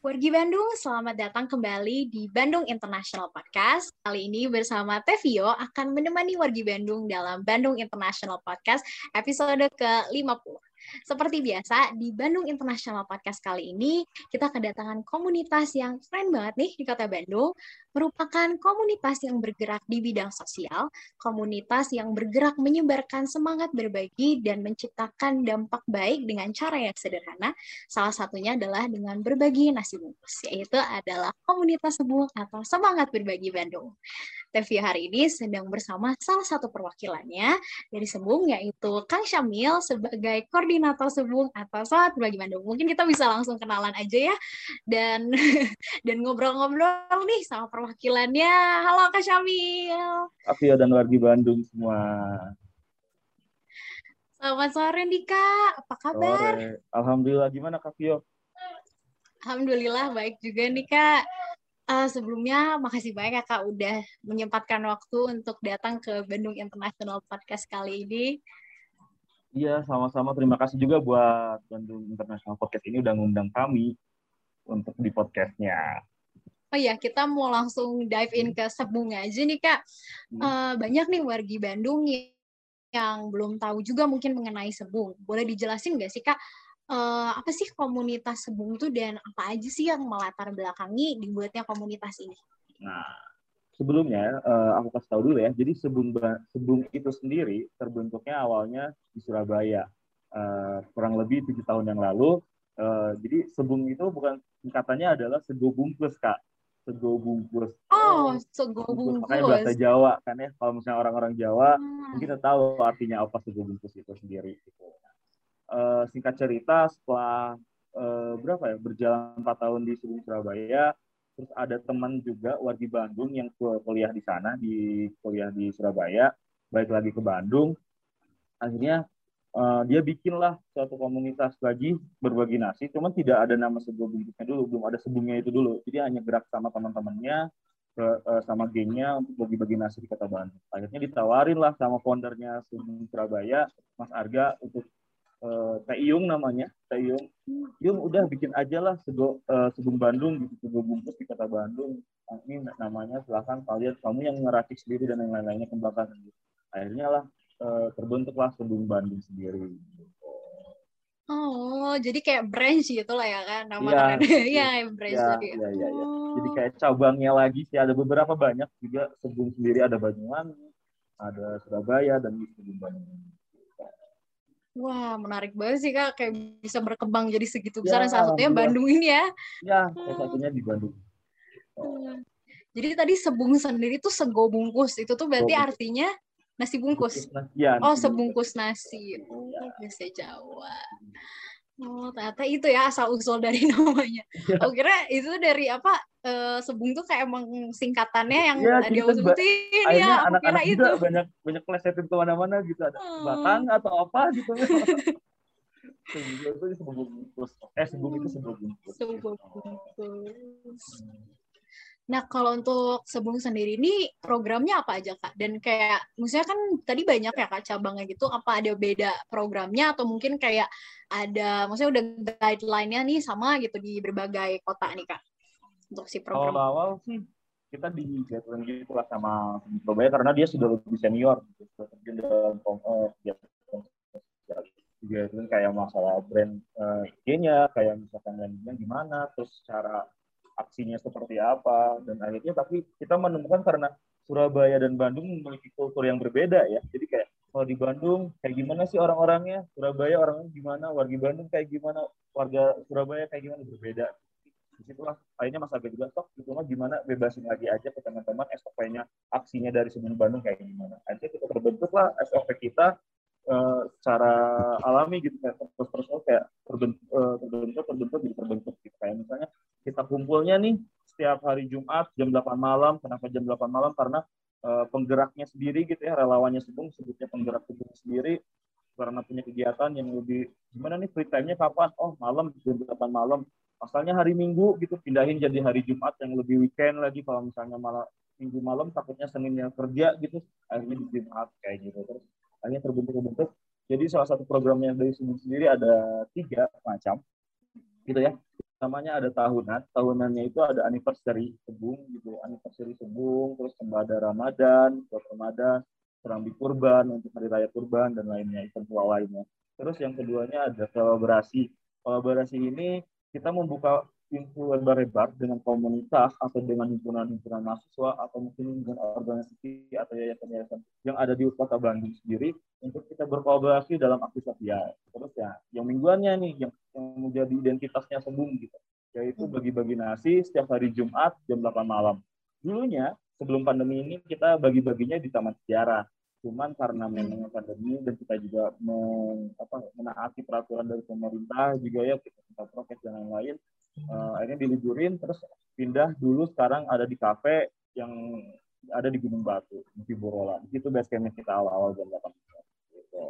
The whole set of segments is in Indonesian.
Wargi Bandung, selamat datang kembali di Bandung International Podcast. Kali ini bersama Tevio akan menemani Wargi Bandung dalam Bandung International Podcast episode ke-50. Seperti biasa, di Bandung International Podcast kali ini, kita kedatangan komunitas yang keren banget nih di Kota Bandung, merupakan komunitas yang bergerak di bidang sosial, komunitas yang bergerak menyebarkan semangat berbagi dan menciptakan dampak baik dengan cara yang sederhana. Salah satunya adalah dengan berbagi nasi bungkus, yaitu adalah komunitas Sebung atau Semangat Berbagi Bandung. Tevio hari ini sedang bersama salah satu perwakilannya dari Sebung, yaitu Kang Syamil sebagai koordinator Sebung atau Semangat Berbagi Bandung. Mungkin kita bisa langsung kenalan aja ya, dan dan ngobrol-ngobrol nih sama perwakilannya. Halo Kang Syamil. Tevio dan wargi Bandung semua. Selamat sore nih Kak, apa kabar? Sore. Alhamdulillah, gimana Kak Tevio? Alhamdulillah baik juga nih Kak. Sebelumnya makasih banyak ya Kak udah menyempatkan waktu untuk datang ke Bandung International Podcast kali ini. Iya, sama-sama. Terima kasih juga buat Bandung International Podcast ini udah ngundang kami untuk di podcastnya. Oh iya, kita mau langsung dive in ke Sebung aja nih Kak. Banyak nih wargi Bandung yang belum tahu juga mungkin mengenai Sebung. Boleh dijelasin nggak sih Kak, apa sih komunitas Sebung itu dan apa aja sih yang melatar belakangi dibuatnya komunitas ini? Nah, sebelumnya aku kasih tahu dulu ya. Jadi Sebung itu sendiri terbentuknya awalnya di Surabaya. Kurang lebih 7 tahun yang lalu. Jadi Sebung itu bukan singkatannya adalah Sego Bungkus, Kak. Sego Bungkus. Oh, Sego Bungkus. Makanya bahasa Bungkus. Jawa kan ya. Kalau misalnya orang-orang Jawa mungkin kita tahu artinya apa Sego Bungkus itu sendiri. Gitu. Singkat cerita, setelah berapa ya, berjalan 4 tahun di Sebung Surabaya, terus ada teman juga wargi Bandung yang kuliah di sana, kuliah di Surabaya, balik lagi ke Bandung. Akhirnya dia bikinlah suatu komunitas lagi berbagi nasi, cuman tidak ada nama Sego Bungkusnya dulu, belum ada Sebungnya itu dulu. Jadi hanya gerak sama teman-temannya, sama gengnya untuk bagi-bagi nasi di Kota Bandung. Akhirnya ditawarin lah sama foundernya Sebung Surabaya, Mas Arga, untuk Teh Iyung namanya, Teh Iyung. Yung udah bikin aja lah Sebung Bandung gitu, Sego Bungkus di Kota Bandung. Ini namanya, silahkan kalian, kamu yang ngeracik sendiri dan yang lain-lainnya kembangkan. Gitu. Akhirnya lah terbentuklah Sebung Bandung sendiri. Oh, jadi kayak branch gitu lah ya kan, nama Iya, keren. Iya, branch iya, dari. iya, iya, iya. Jadi Oh. kayak cabangnya lagi sih, ada beberapa banyak juga. Sebung sendiri ada Banyuwangi, ada Surabaya, dan di Sebung Bandung. Wah, menarik banget sih Kak, kayak bisa berkembang jadi segitu Ya, besar, dan salah satunya alhamdulillah. Bandung ini ya. Ya, salah satunya di Bandung. Jadi tadi Sebung sendiri tuh Sego Bungkus, itu tuh berarti Sebung artinya nasi bungkus. ya, Oh, nasi bungkus. sebungkus nasi. Oh, Ya. bahasa Jawa. Oh, ternyata itu ya asal-usul dari namanya. Aku kira itu dari apa, Sebung tuh kayak emang singkatannya yang Iya, jadi kan diusutin akhirnya ya. Aku kira anak-anak juga itu. banyak plesetin kemana-mana gitu, ada Oh. batang atau apa gitu. Sebung itu sebung bungkus. Sebung itu sebung bungkus. Sebung bungkus. Nah, kalau untuk Sebung sendiri ini programnya apa aja, Kak? Dan kayak, maksudnya kan tadi banyak ya, Kak, cabangnya gitu. Apa ada beda programnya atau mungkin kayak ada, maksudnya udah guideline-nya nih sama gitu di berbagai kota nih, Kak, untuk si program? Awal-awal sih kita diajarin gitu lah sama Surabaya karena dia sudah lebih senior gitu. Terjun dalam diajarin kayak masalah brand IG-nya, kayak misalkan landingnya gimana, terus cara aksinya seperti apa, dan akhirnya tapi kita menemukan karena Surabaya dan Bandung memiliki kultur yang berbeda ya, jadi kayak kalau di Bandung kayak gimana sih orang-orangnya, Surabaya orangnya gimana, warga Bandung kayak gimana, warga Surabaya kayak gimana, berbeda. Disitulah akhirnya Mas Aga juga stok gitu mah gimana, bebasin lagi aja ke teman-teman SOP-nya, aksinya dari Sebung Bandung kayak gimana. Akhirnya kita terbentuklah SOP kita secara alami gitu, kayak terus kayak terbentuk gitu. Kayak misalnya kita kumpulnya nih setiap hari Jumat jam 8 malam. Kenapa jam 8 malam? Karena penggeraknya sendiri gitu ya, relawannya Sebung sebutnya penggerak Sebung sendiri, karena punya kegiatan yang lebih gimana nih, free time-nya kapan? Oh, malam, jam 8 malam. Asalnya hari Minggu gitu, pindahin jadi hari Jumat yang lebih weekend lagi. Kalau misalnya malah Minggu malam takutnya Seninnya kerja gitu, akhirnya di Jumat kayak gitu. Terus akhirnya terbentuk. Jadi salah satu programnya dari Sebung sendiri ada 3 macam gitu ya. namanya ada tahunan. Tahunannya itu ada anniversary Sebung gitu, anniversary Sebung, terus sembada Ramadan, buat Ramadan, serambi kurban untuk hari raya kurban dan lainnya, event lainnya. Terus yang keduanya ada kolaborasi. Kolaborasi ini kita membuka pintu lebar-lebar dengan komunitas atau dengan himpunan-himpunan mahasiswa atau mungkin dengan organisasi atau yayasan-yayasan yang ada di Kota Bandung sendiri untuk kita berkolaborasi dalam aktivitas sosial. Terus ya, yang mingguannya nih, yang menjadi identitasnya Sebung gitu, yaitu bagi-bagi nasi setiap hari Jumat jam 8 malam. Dulunya, sebelum pandemi ini kita bagi-baginya di Taman Sejarah. Cuman karena memang pandemi dan kita juga menaati peraturan dari pemerintah juga ya, kita prokes dan lain-lain, akhirnya diliburin, terus pindah dulu sekarang ada di kafe yang ada di Gunung Batu, di Borola. Itu base camp kita awal-awal jam 8. Gitu.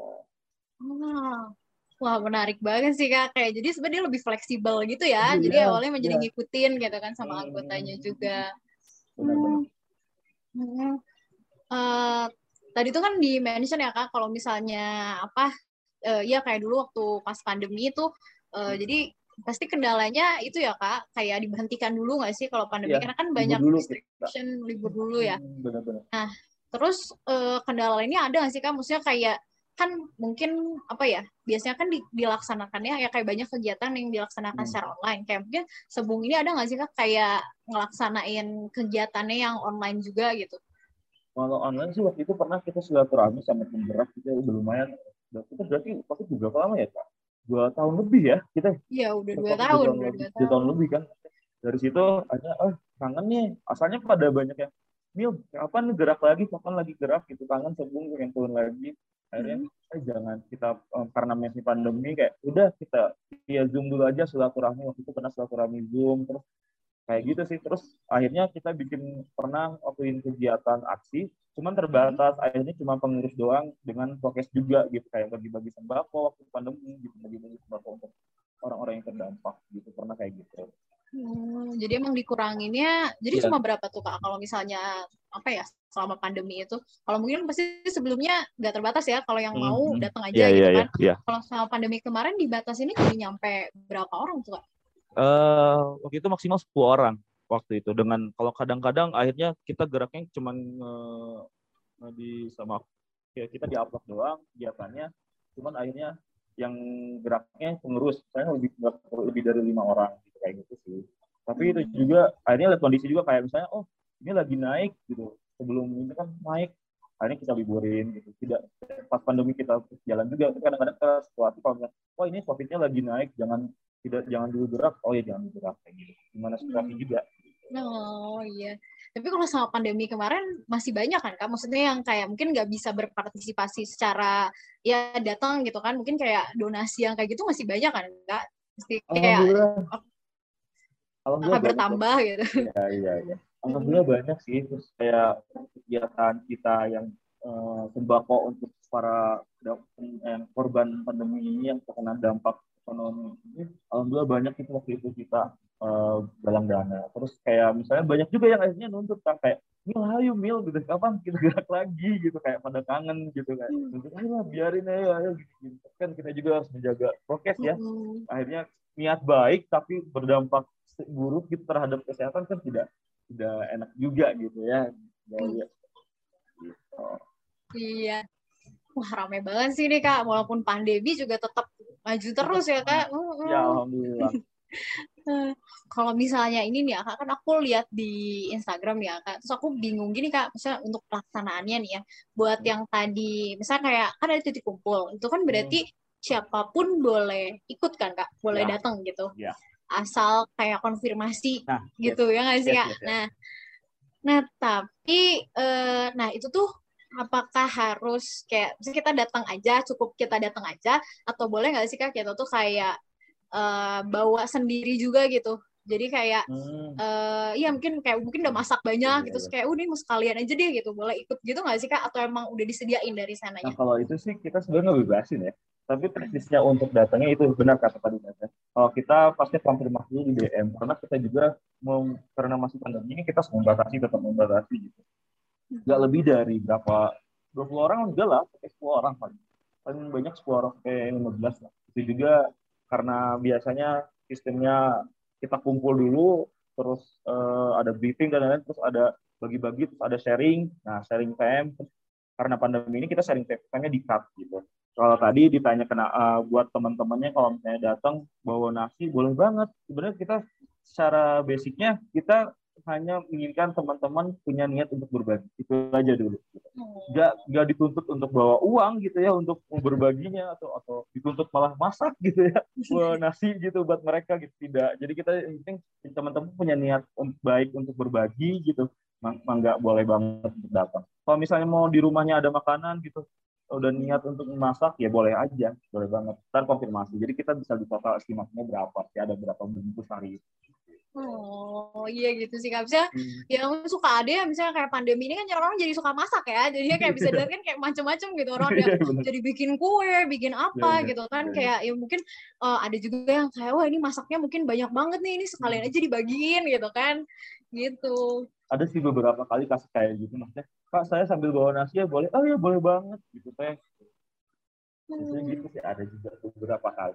Wah, menarik banget sih Kak. Kayak jadi sebenarnya lebih fleksibel gitu ya. Jadi Iya, awalnya menjadi iya. ngikutin gitu kan sama anggotanya juga. Benar-benar. Tadi tuh kan di mention ya Kak, kalau misalnya ya kayak dulu waktu pas pandemi itu, jadi pasti kendalanya itu ya Kak, kayak diberhentikan dulu nggak sih kalau pandemi, Iya, karena kan libur banyak dulu kita. restriction libur dulu ya. Benar-benar. Nah, terus kendala ini ada nggak sih Kak? Maksudnya kayak kan mungkin biasanya kan dilaksanakannya ya kayak banyak kegiatan yang dilaksanakan secara online. Kayak mungkin Sebung ini ada nggak sih Kak kayak ngelaksanain kegiatannya yang online juga gitu? Kalau online sih waktu itu pernah kita silaturahmi sama tim gerak, kita udah lumayan. Kita berarti waktu itu berapa lama ya Kak? 2 tahun lebih ya kita. Iya, udah 2 tahun. udah 2 2 tahun tahun. lebih kan. Dari situ aja, kangen nih. Asalnya pada banyak yang, Mil, kapan gerak lagi? Kapan lagi gerak? Gitu, kangen Sebung yang turun lagi. Akhirnya, jangan kita, karena masih pandemi, kayak udah kita via Zoom dulu aja silaturahmi. Waktu itu pernah silaturahmi Zoom, terus kayak gitu sih. Terus akhirnya kita pernah waktuin kegiatan aksi, cuman terbatas. Akhirnya cuma pengurus doang dengan prokes juga gitu, kayak bagi-bagi sembako waktu pandemi gitu, bagi-bagi sembako untuk orang-orang yang terdampak gitu, pernah kayak gitu. Jadi emang dikuranginnya, jadi Yeah. cuma berapa tuh Kak kalau misalnya selama pandemi itu? Kalau mungkin pasti sebelumnya nggak terbatas ya, kalau yang mau datang aja gitu kan. Kalau selama pandemi kemarin dibatasi ini jadi nyampe berapa orang tuh Kak? Waktu itu maksimal 10 orang waktu itu, dengan kalau kadang-kadang akhirnya kita geraknya cuma kita di-upload doang kegiatannya, cuman akhirnya yang geraknya pengurus saya lebih dari 5 orang gitu, kayak gitu sih. Tapi itu juga akhirnya lihat kondisi juga, kayak misalnya ini lagi naik gitu, sebelum ini kan naik, akhirnya kita liburin gitu. Tidak pas pandemi kita jalan juga, kadang-kadang ke sesuatu kalau ini COVID-nya lagi naik, jangan dulu gerak, ya jangan dulu gerak, kayak gitu. Gimana situasi juga. Oh iya. Tapi kalau sama pandemi kemarin masih banyak kan Kak? Maksudnya yang kayak mungkin nggak bisa berpartisipasi secara ya datang gitu kan? Mungkin kayak donasi yang kayak gitu masih banyak kan Kak? Mesti kayak Alhamdulillah bertambah gitu. Iya. Alhamdulillah banyak sih. Terus kayak kegiatan kita yang sembako untuk para korban pandemi ini yang terkena dampak ekonomi ini. Alhamdulillah banyak itu waktu itu kita galang dana. Terus kayak misalnya banyak juga yang akhirnya nuntut kayak, Mil, gitu, kapan kita gerak lagi gitu, kayak pada kangen gitu kan. Nuntut ayo biarin ayo gitu. Kan kita juga harus menjaga prokes ya. Akhirnya niat baik tapi berdampak buruk gitu terhadap kesehatan kan tidak enak juga gitu ya. Gitu. Iya. Wah, ramai banget sih nih Kak. Walaupun pandemi juga tetap maju terus ya Kak. Ya, alhamdulillah. Kalau misalnya ini nih Kak, kan aku lihat di Instagram ya Kak, terus aku bingung gini Kak, misalnya untuk pelaksanaannya nih ya, buat yang tadi, misalnya kayak kan ada titik kumpul, itu kan berarti siapapun boleh ikut kan Kak, boleh datang gitu, asal kayak konfirmasi gitu ya nggak sih Kak? Nah tapi, itu tuh apakah harus kayak misalnya kita datang aja, cukup kita datang aja, atau boleh nggak sih Kak kita tuh kayak bawa sendiri juga gitu. Jadi kayak mungkin udah masak banyak gitu, kayak ini mau sekalian aja deh gitu, boleh ikut gitu nggak sih Kak? Atau emang udah disediain dari sananya? Nah kalau itu sih kita sebenarnya nggak bebasin ya. Tapi teknisnya untuk datangnya itu benar kata tadi Tete. Kalau kita pasti konfirmasi di DM, karena kita juga karena masih pandemi ini kita tetap membatasi gitu. Nggak lebih dari berapa 20 orang enggak lah, pakai 10 orang paling banyak 10 orang, kayak 15 lah. Itu juga karena biasanya sistemnya kita kumpul dulu, terus ada briefing dan lain-lain, terus ada bagi-bagi, terus ada sharing. Nah, sharing time, karena pandemi ini kita sharing time-nya di-cut gitu. Kalau tadi ditanya buat teman-temannya kalau misalnya datang bawa nasi, boleh banget. Sebenarnya kita secara basicnya kita hanya menginginkan teman-teman punya niat untuk berbagi. Itu aja dulu. Nggak dituntut untuk bawa uang gitu ya untuk berbaginya atau dituntut malah masak gitu ya nasi gitu buat mereka gitu, tidak. Jadi kita penting teman-teman punya niat baik untuk berbagi gitu, nggak boleh banget untuk datang. Kalau misalnya mau di rumahnya ada makanan gitu udah niat untuk memasak ya boleh aja, boleh banget. Ntar konfirmasi. Jadi kita bisa di total estimasinya berapa, ya ada berapa bungkus hari. Oh iya gitu sih Kak. Misalnya yang suka ada ya, misalnya kayak pandemi ini kan orang jadi suka masak ya. Jadinya kayak bisa dilihat kan kayak macam-macam gitu. Orang ada jadi bikin kue, bikin apa gitu kan. Kayak ya mungkin ada juga yang kayak wah ini masaknya mungkin banyak banget nih, ini sekalian aja dibagiin gitu kan. Gitu. Ada sih beberapa kali kasus kayak gitu, maksudnya Kak saya sambil bawa nasi ya boleh, oh ya boleh banget gitu teh. Biasanya gitu sih, ada juga beberapa kali.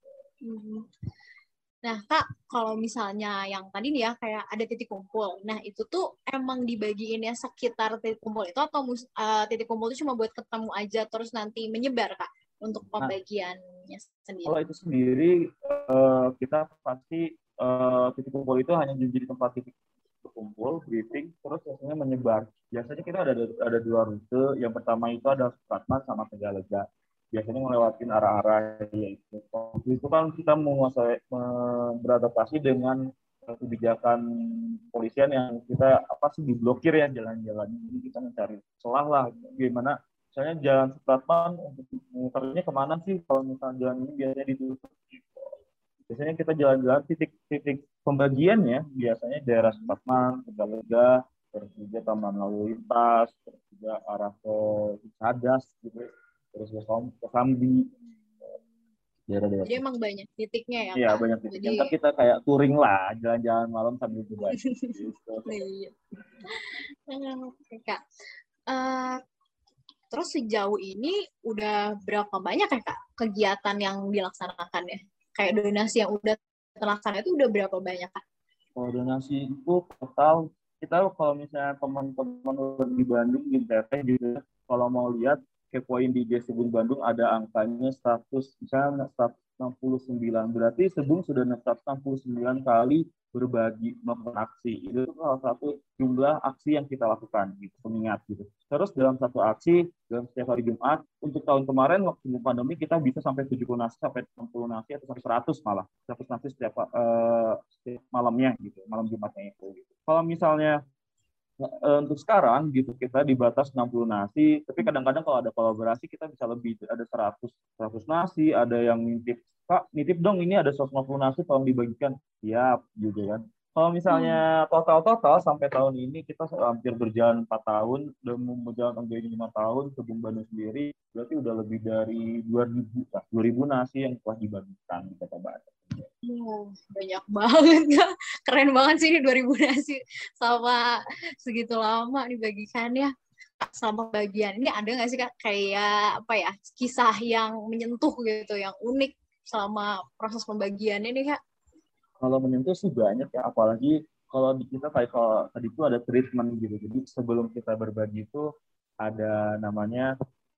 Nah, Kak, kalau misalnya yang tadi nih ya, kayak ada titik kumpul. Nah, itu tuh emang dibagiinnya sekitar titik kumpul itu atau titik kumpul itu cuma buat ketemu aja terus nanti menyebar, Kak, untuk pembagiannya sendiri? Kalau itu sendiri, kita pasti titik kumpul itu hanya jadi tempat titik berkumpul, briefing, terus biasanya menyebar. Biasanya kita ada dua rute. Yang pertama itu ada Supratman sama Tegalega. Biasanya melewatin arah-arah yaitu itu kan kita beradaptasi dengan kebijakan polisian yang kita diblokir ya jalan-jalan. Jadi kita mencari celah lah gimana misalnya jalan Supratman untuk muternya kemana sih, kalau misalnya jalan ini biasanya ditutup. Biasanya kita jalan-jalan titik pembagiannya biasanya daerah Supratman, Tegalega, terus juga Taman Lalu Lintas, terus juga arah ke Cadas gitu, terus ke Sambi, daerah-daerah. Jadi emang banyak titiknya ya, Iya, Kak? banyak titiknya. Jadi... Ntar kita kayak touring lah, jalan-jalan malam sambil berbagi. Gitu. Iya. Oke, Kak. Terus sejauh ini udah berapa banyak ya, Kak, kegiatan yang dilaksanakan ya? Kayak donasi yang udah terlaksana itu udah berapa banyak, Kak? Kalau donasi itu total, kita kalau misalnya teman-teman di Bandung, di Teteh gitu, kalau mau lihat, kepoin di Gesubun Bandung ada angkanya 169. Berarti Sebung sudah 169 kali berbagi melakukan aksi. Itu salah satu jumlah aksi yang kita lakukan, gitu, pengingat gitu. Terus dalam satu aksi, dalam setiap hari Jumat, untuk tahun kemarin waktu pandemi kita bisa sampai 70 nasi, sampai 60 nasi, atau sampai 100 malah. 100 nasi setiap malamnya, gitu, malam Jumatnya itu. Gitu. Kalau misalnya untuk sekarang gitu kita dibatas 60 nasi, tapi kadang-kadang kalau ada kolaborasi kita bisa lebih, ada 100 nasi, ada yang nitip, Pak nitip dong ini ada 150 nasi tolong dibagikan, siap gitu kan. Kalau misalnya total sampai tahun ini kita hampir berjalan 4 tahun, udah berjalan sampai 5 tahun Sebung Bandung sendiri, berarti udah lebih dari 2000 nasi yang telah dibagikan di Kota Bandung. Banyak banget, Kak. Keren banget sih ini 2000 nasi sama segitu lama dibagikannya. Selama bagian ini ada nggak sih, Kak, kayak apa ya, kisah yang menyentuh gitu, yang unik selama proses pembagiannya nih, Kak? Kalau menyentuh sih banyak ya, apalagi kalau di kita kayak kalau tadi itu ada treatment gitu. Jadi sebelum kita berbagi itu ada namanya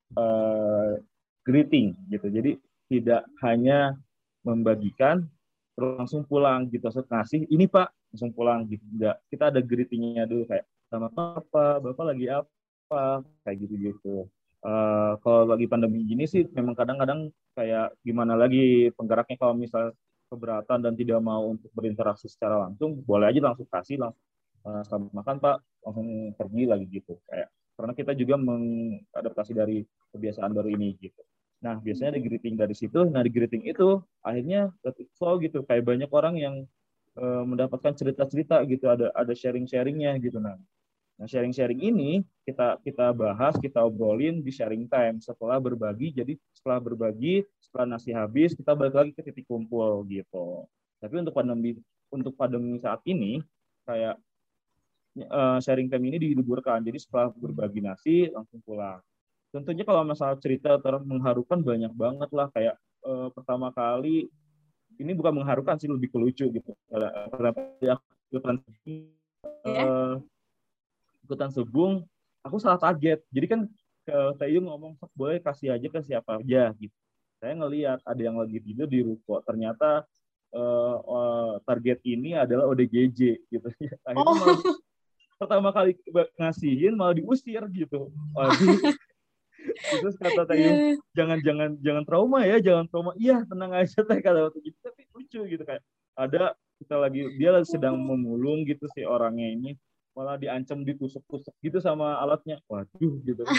greeting gitu. Jadi tidak hanya membagikan terus langsung pulang gitu, langsung ngasih ini Pak langsung pulang gitu. Enggak, kita ada greetingnya dulu kayak sama Bapak lagi apa kayak gitu. Kalau lagi pandemi gini sih memang kadang-kadang kayak gimana lagi penggeraknya, kalau misal keberatan dan tidak mau untuk berinteraksi secara langsung, boleh aja langsung kasih, langsung selamat makan Pak, langsung pergi lagi gitu. Kayak karena kita juga mengadaptasi dari kebiasaan baru ini gitu. Nah, biasanya di greeting dari situ, nah di greeting itu akhirnya flow gitu, kayak banyak orang yang mendapatkan cerita-cerita gitu, ada sharing-sharingnya gitu. Nah, sharing-sharing ini kita bahas, kita obrolin di sharing time setelah berbagi. Jadi setelah berbagi, setelah nasi habis, kita balik lagi ke titik kumpul gitu. Tapi untuk pandemi saat ini kayak sharing time ini diliburkan. Jadi setelah berbagi nasi langsung pulang. Tentunya kalau masalah cerita mengharukan banyak banget lah, kayak pertama kali ini bukan mengharukan sih, lebih ke lucu gitu. Karena ikutan ikutan sebung, aku salah target. Jadi kan Tayu ngomong boleh kasih aja ke siapa aja gitu. Saya ngelihat ada yang lagi tidur di ruko, ternyata target ini adalah ODGJ gitu. Akhirnya malah pertama kali ngasihin malah diusir gitu. Waduh. Terus kata Tayu, jangan trauma ya, jangan trauma. Iya, tenang aja teh kata waktu gitu. Tapi lucu gitu, kayak ada dia lagi sedang memulung gitu si orangnya ini, malah diancam ditusuk-tusuk gitu sama alatnya. Waduh gitu kan.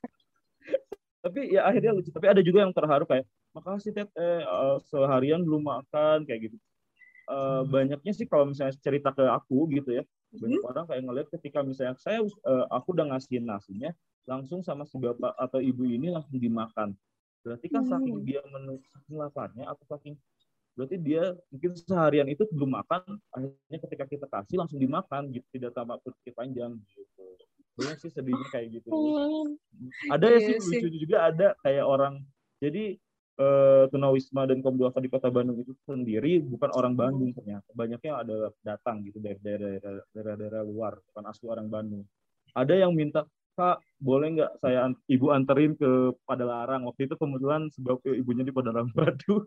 Tapi ya akhirnya lucu. Tapi ada juga yang terharu kayak, makasih Tet, seharian belum makan kayak gitu. Banyaknya sih kalau misalnya cerita ke aku gitu ya, banyak orang kayak ngeliat ketika misalnya aku udah ngasihin nasinya, langsung sama si bapak atau ibu ini langsung dimakan. Berarti kan saking dia saking laparnya atau saking, berarti dia mungkin seharian itu belum makan, akhirnya ketika kita kasih langsung dimakan gitu, tidak tampak berpikir panjang gitu. Banyak sih sedihnya kayak gitu. Ada ya sih lucu juga, ada kayak orang, jadi tunawisma dan kaum duafa di Kota Bandung itu sendiri bukan orang Bandung ternyata, banyaknya adalah datang gitu dari daerah-daerah luar, bukan asli orang Bandung. Ada yang minta, Kak, boleh nggak saya ibu anterin ke Padalarang? Waktu itu kebetulan sebab ibunya di Padalarang Badu.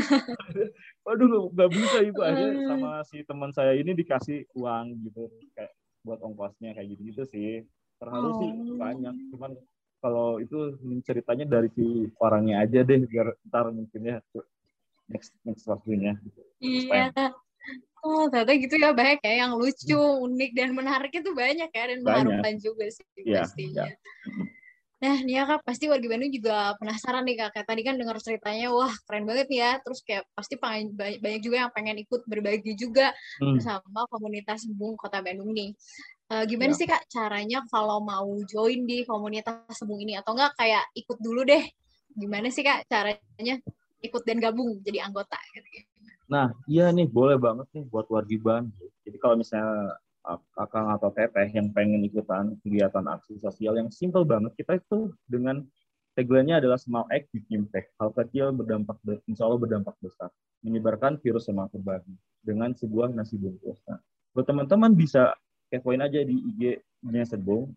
Waduh, nggak bisa ibu. Akhirnya sama si teman saya ini dikasih uang gitu, kayak buat ongkosnya kayak gitu sih. Terharu sih banyak, cuman kalau itu ceritanya dari si orangnya aja deh, biar ntar mungkin ya next waktunya. Iya. Ternyata gitu ya, banyak ya yang lucu, unik, dan menarik itu banyak ya, dan mengharukan juga sih pastinya. Nah, nih ya Kak, pasti warga Bandung juga penasaran nih Kak, kayak tadi kan dengar ceritanya, wah keren banget nih ya, terus kayak pasti banyak juga yang pengen ikut berbagi juga bersama komunitas Sebung Kota Bandung nih. Gimana sih Kak caranya kalau mau join di komunitas Sebung ini, atau enggak kayak ikut dulu deh, gimana sih Kak caranya ikut dan gabung jadi anggota gitu? Nah, iya nih, boleh banget nih buat wargi Bandung. Jadi kalau misalnya Kakang atau Teteh yang pengen ikutan kegiatan aksi sosial yang simple banget, kita itu dengan tagline-nya adalah Small Act Big Impact. Hal kecil insya Allah berdampak besar. Menyebarkan virus semangat berbagi dengan sebuah nasi bungkus. Nah, buat teman-teman bisa kepoin aja di IG-nya Sebung,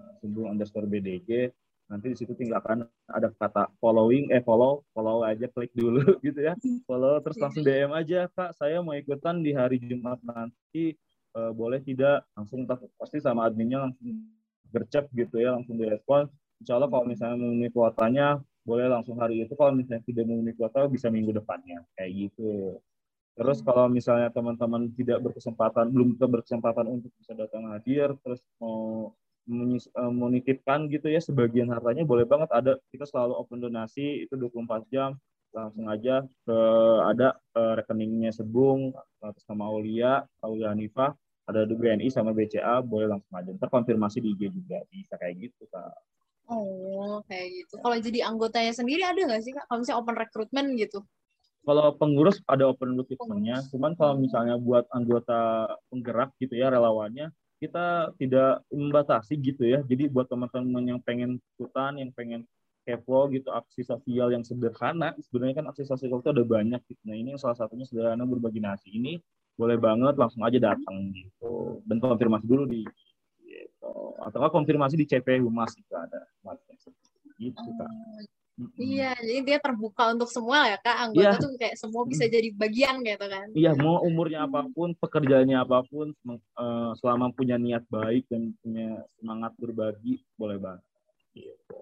_BDG. Nanti di situ tinggal akan ada kata follow aja, klik dulu gitu ya. Follow terus langsung DM aja, Kak, saya mau ikutan di hari Jumat nanti, boleh tidak? Langsung pasti sama adminnya langsung gercep gitu ya, langsung direspon. Insya Allah kalau misalnya memenuhi kuotanya, boleh langsung hari itu. Kalau misalnya tidak memenuhi kuota, bisa minggu depannya. Kayak gitu. Terus kalau misalnya teman-teman belum berkesempatan untuk bisa datang hadir, terus mau menitipkan gitu ya sebagian hartanya, boleh banget. Kita selalu open donasi itu 24 jam, langsung aja ada rekeningnya Sebung atas nama Aulia Hanifah, ada BNI sama BCA, boleh langsung aja terkonfirmasi di IG juga, bisa kayak gitu Kak. Oh, kayak gitu. Kalau jadi anggotanya sendiri ada nggak sih Kak, kalau misalnya open recruitment gitu? Kalau pengurus ada open recruitment-nya, cuman kalau misalnya buat anggota penggerak gitu ya, relawannya, kita tidak membatasi gitu ya. Jadi buat teman-teman yang pengen ikutan, yang pengen kepo gitu, aksi sosial yang sederhana, sebenarnya kan aksi sosial itu ada banyak gitu. Nah, ini salah satunya sederhana, berbagi nasi. Ini boleh banget langsung aja datang gitu. Dan konfirmasi dulu gitu. Atau konfirmasi di CP Humas itu ada. Gitu, Kak. Iya, jadi dia terbuka untuk semua ya Kak, anggota tuh kayak semua bisa jadi bagian gitu kan. Iya, mau umurnya apapun, pekerjaannya apapun, selama punya niat baik dan punya semangat berbagi, boleh banget. Gitu.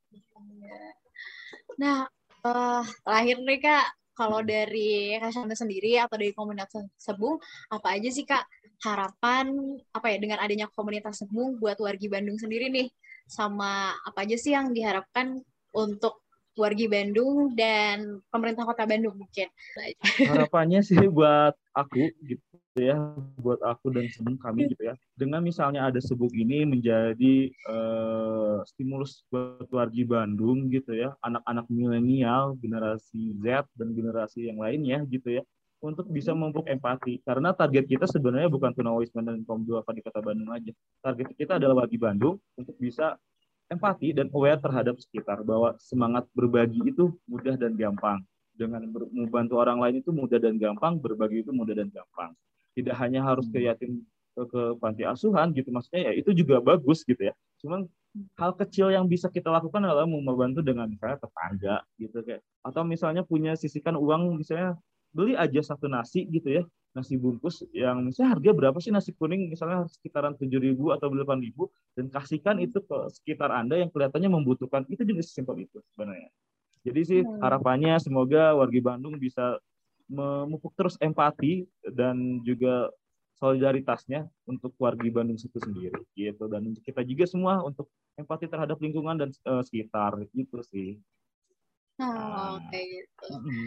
Nah, terakhir nih Kak, kalau dari Kak Syanda sendiri atau dari komunitas Sebung, apa aja sih Kak harapan dengan adanya komunitas Sebung buat wargi Bandung sendiri nih, sama apa aja sih yang diharapkan untuk wargi Bandung dan pemerintah Kota Bandung mungkin? Harapannya sih buat aku gitu ya, buat aku dan Sebung kami gitu ya. Dengan misalnya ada Sebung ini menjadi stimulus buat wargi Bandung gitu ya, anak-anak milenial, generasi Z dan generasi yang lainnya gitu ya, untuk bisa memupuk empati. Karena target kita sebenarnya bukan tunawisma dan kaum duafa di Kota Bandung aja. Target kita adalah wargi Bandung untuk bisa empati dan aware terhadap sekitar, bahwa semangat berbagi itu mudah dan gampang. dengan membantu orang lain itu mudah dan gampang, berbagi itu mudah dan gampang. Tidak hanya harus ke yatim ke panti asuhan gitu, maksudnya ya itu juga bagus gitu ya. Cuman hal kecil yang bisa kita lakukan adalah membantu dengan misalnya tetangga gitu kayak, atau misalnya punya sisihkan uang, misalnya beli aja satu nasi gitu ya, nasi bungkus yang misalnya harga berapa sih nasi kuning, misalnya sekitaran 7.000 atau 8.000, dan kasihkan itu ke sekitar Anda yang kelihatannya membutuhkan. Itu juga sesimpel itu sebenarnya. Jadi sih harapannya semoga warga Bandung bisa memupuk terus empati dan juga solidaritasnya untuk warga Bandung itu sendiri gitu, dan untuk kita juga semua untuk empati terhadap lingkungan dan sekitar gitu sih. Kayak gitu.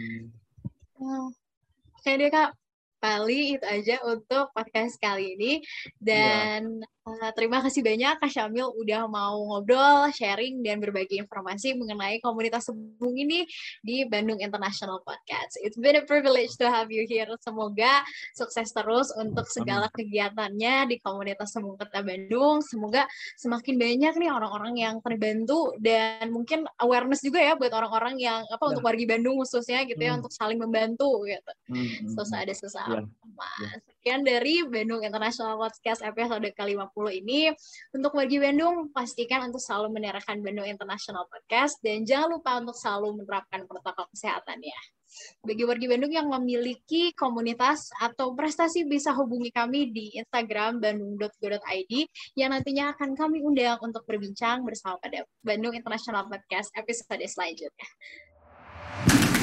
Oke deh Kak, paling itu aja untuk podcast kali ini. Dan terima kasih banyak Kak Syamil udah mau ngobrol, sharing, dan berbagi informasi mengenai komunitas Sebung ini di Bandung International Podcast. It's been a privilege to have you here. Semoga sukses terus untuk segala kegiatannya di komunitas Sebung Kota Bandung. Semoga semakin banyak nih orang-orang yang terbantu, dan mungkin awareness juga ya buat orang-orang yang untuk warga Bandung khususnya gitu ya, untuk saling membantu gitu. Ada sesama. Sekian dari Bandung International Podcast episode ke-50 ini. Untuk warga Bandung, pastikan untuk selalu menerapkan Bandung International Podcast, dan jangan lupa untuk selalu menerapkan protokol kesehatannya. Bagi warga Bandung yang memiliki komunitas atau prestasi, bisa hubungi kami di Instagram bandung.go.id yang nantinya akan kami undang untuk berbincang bersama pada Bandung International Podcast episode selanjutnya.